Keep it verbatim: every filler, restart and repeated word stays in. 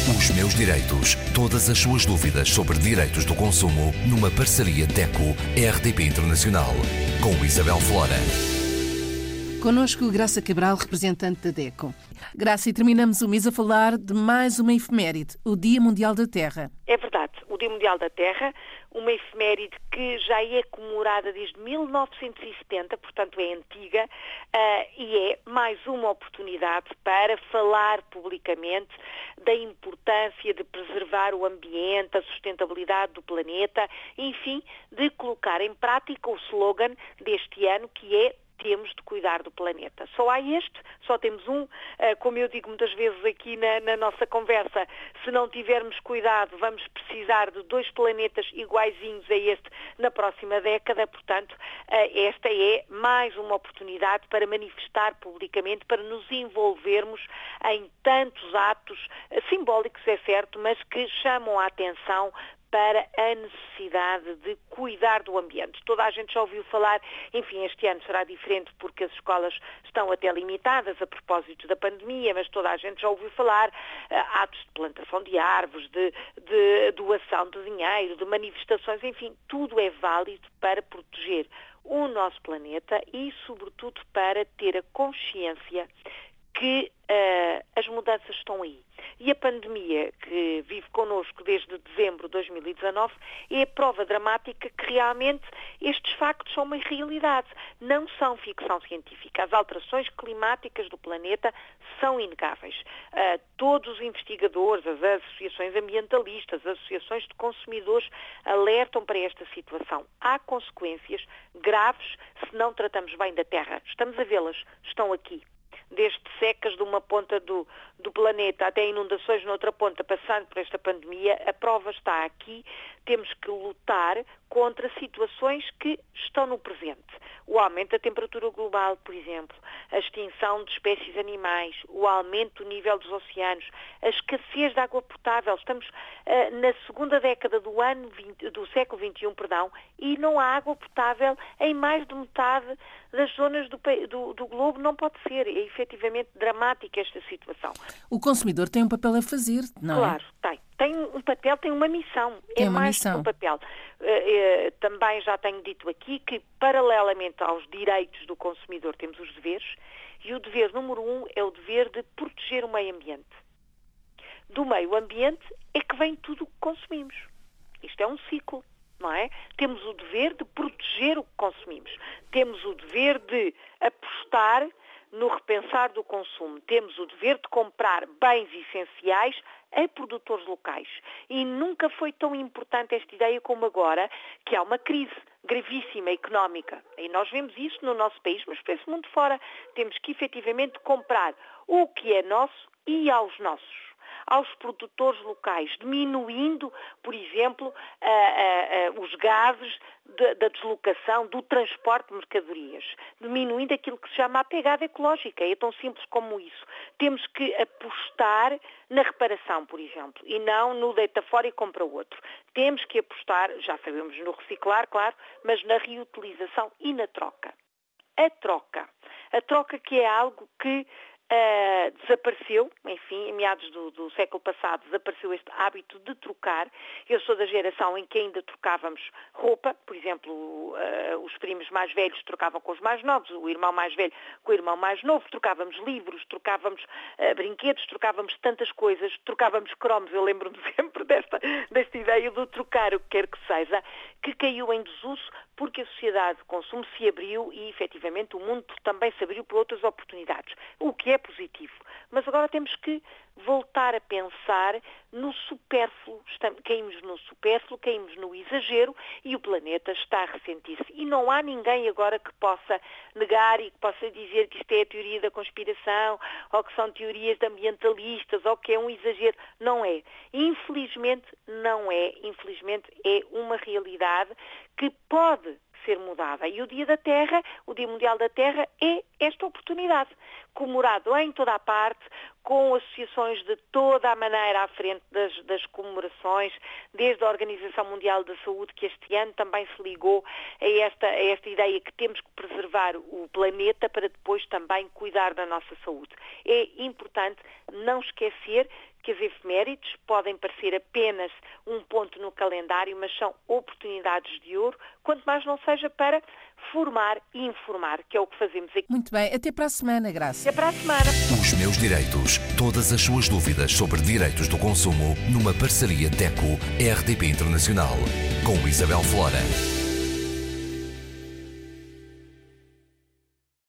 Os meus direitos. Todas as suas dúvidas sobre direitos do consumo numa parceria DECO-R D P Internacional. Com Isabel Flora. Connosco Graça Cabral, representante da DECO. Graça, e terminamos o mês a falar de mais uma efeméride, o Dia Mundial da Terra. É verdade, o Dia Mundial da Terra, uma efeméride que já é comemorada desde mil novecentos e setenta, portanto é antiga, uh, e é mais uma oportunidade para falar publicamente da importância de preservar o ambiente, a sustentabilidade do planeta, enfim, de colocar em prática o slogan deste ano, que é temos de cuidar do planeta. Só há este, só temos um, como eu digo muitas vezes aqui na, na nossa conversa, se não tivermos cuidado vamos precisar de dois planetas iguaizinhos a este na próxima década, portanto esta é mais uma oportunidade para manifestar publicamente, para nos envolvermos em tantos atos simbólicos, é certo, mas que chamam a atenção para a necessidade de cuidar do ambiente. Toda a gente já ouviu falar, enfim, este ano será diferente porque as escolas estão até limitadas a propósito da pandemia, mas toda a gente já ouviu falar uh, atos de plantação de árvores, de, de doação de dinheiro, de manifestações, enfim, tudo é válido para proteger o nosso planeta e, sobretudo, para ter a consciência que uh, as mudanças estão aí. E a pandemia que vive connosco desde dezembro de dois mil e dezanove é a prova dramática que realmente estes factos são uma realidade, não são ficção científica. As alterações climáticas do planeta são inegáveis. Uh, todos os investigadores, as associações ambientalistas, as associações de consumidores alertam para esta situação. Há consequências graves se não tratamos bem da Terra. Estamos a vê-las, estão aqui. Desde secas de uma ponta do, do planeta até inundações noutra ponta, passando por esta pandemia, a prova está aqui. Temos que lutar contra situações que estão no presente. O aumento da temperatura global, por exemplo, a extinção de espécies animais, o aumento do nível dos oceanos, a escassez de água potável. Estamos uh, na segunda década do, ano vinte, do século vinte e um, perdão, e não há água potável em mais de metade das zonas do, do, do globo. Não pode ser. É efetivamente dramática esta situação. O consumidor tem um papel a fazer, não é? Claro, tem. Tem um papel, tem uma missão. Tem é uma mais missão. que um papel. Uh, uh, também já tenho dito aqui que, paralelamente aos direitos do consumidor, temos os deveres, e o dever número um é o dever de proteger o meio ambiente. Do meio ambiente é que vem tudo o que consumimos. Isto é um ciclo, não é? Temos o dever de proteger o que consumimos. Temos o dever de apostar no repensar do consumo. Temos o dever de comprar bens essenciais a produtores locais. E nunca foi tão importante esta ideia como agora, que há uma crise gravíssima económica. E nós vemos isso no nosso país, mas para esse mundo fora. Temos que efetivamente comprar o que é nosso e aos nossos, aos produtores locais, diminuindo, por exemplo, a, a, a, os gases de, da deslocação, do transporte de mercadorias, diminuindo aquilo que se chama a pegada ecológica. É tão simples como isso. Temos que apostar na reparação, por exemplo, e não no deita fora e compra outro. Temos que apostar, já sabemos, no reciclar, claro, mas na reutilização e na troca. A troca. A troca que é algo que Uh, desapareceu, enfim, em meados do, do século passado, desapareceu este hábito de trocar. Eu sou da geração em que ainda trocávamos roupa, por exemplo, uh, os primos mais velhos trocavam com os mais novos, o irmão mais velho com o irmão mais novo, trocávamos livros, trocávamos uh, brinquedos, trocávamos tantas coisas, trocávamos cromos. Eu lembro-me sempre desta, desta ideia do trocar o que quer que seja, que caiu em desuso porque a sociedade de consumo se abriu e, efetivamente, o mundo também se abriu para outras oportunidades, o que é positivo. Mas agora temos que voltar a pensar no supérfluo. Estamos, caímos no supérfluo, caímos no exagero e o planeta está a ressentir-se. E não há ninguém agora que possa negar e que possa dizer que isto é a teoria da conspiração ou que são teorias de ambientalistas ou que é um exagero. Não é. Infelizmente, não é. Infelizmente, é uma realidade que pode ser mudada. E o Dia da Terra, o Dia Mundial da Terra, é esta oportunidade. comemorado em toda a parte, com associações de toda a maneira à frente das, das comemorações, desde a Organização Mundial da Saúde, que este ano também se ligou a esta, a esta ideia que temos que preservar o planeta para depois também cuidar da nossa saúde. É importante não esquecer que as efemérides podem parecer apenas um ponto no calendário, mas são oportunidades de ouro, quanto mais não seja para formar e informar, que é o que fazemos aqui. Muito bem, até para a semana, Graça. Até para a semana. Os Meus Direitos. Todas as suas dúvidas sobre direitos do consumo numa parceria DECO-R D P Internacional com Isabel Flora.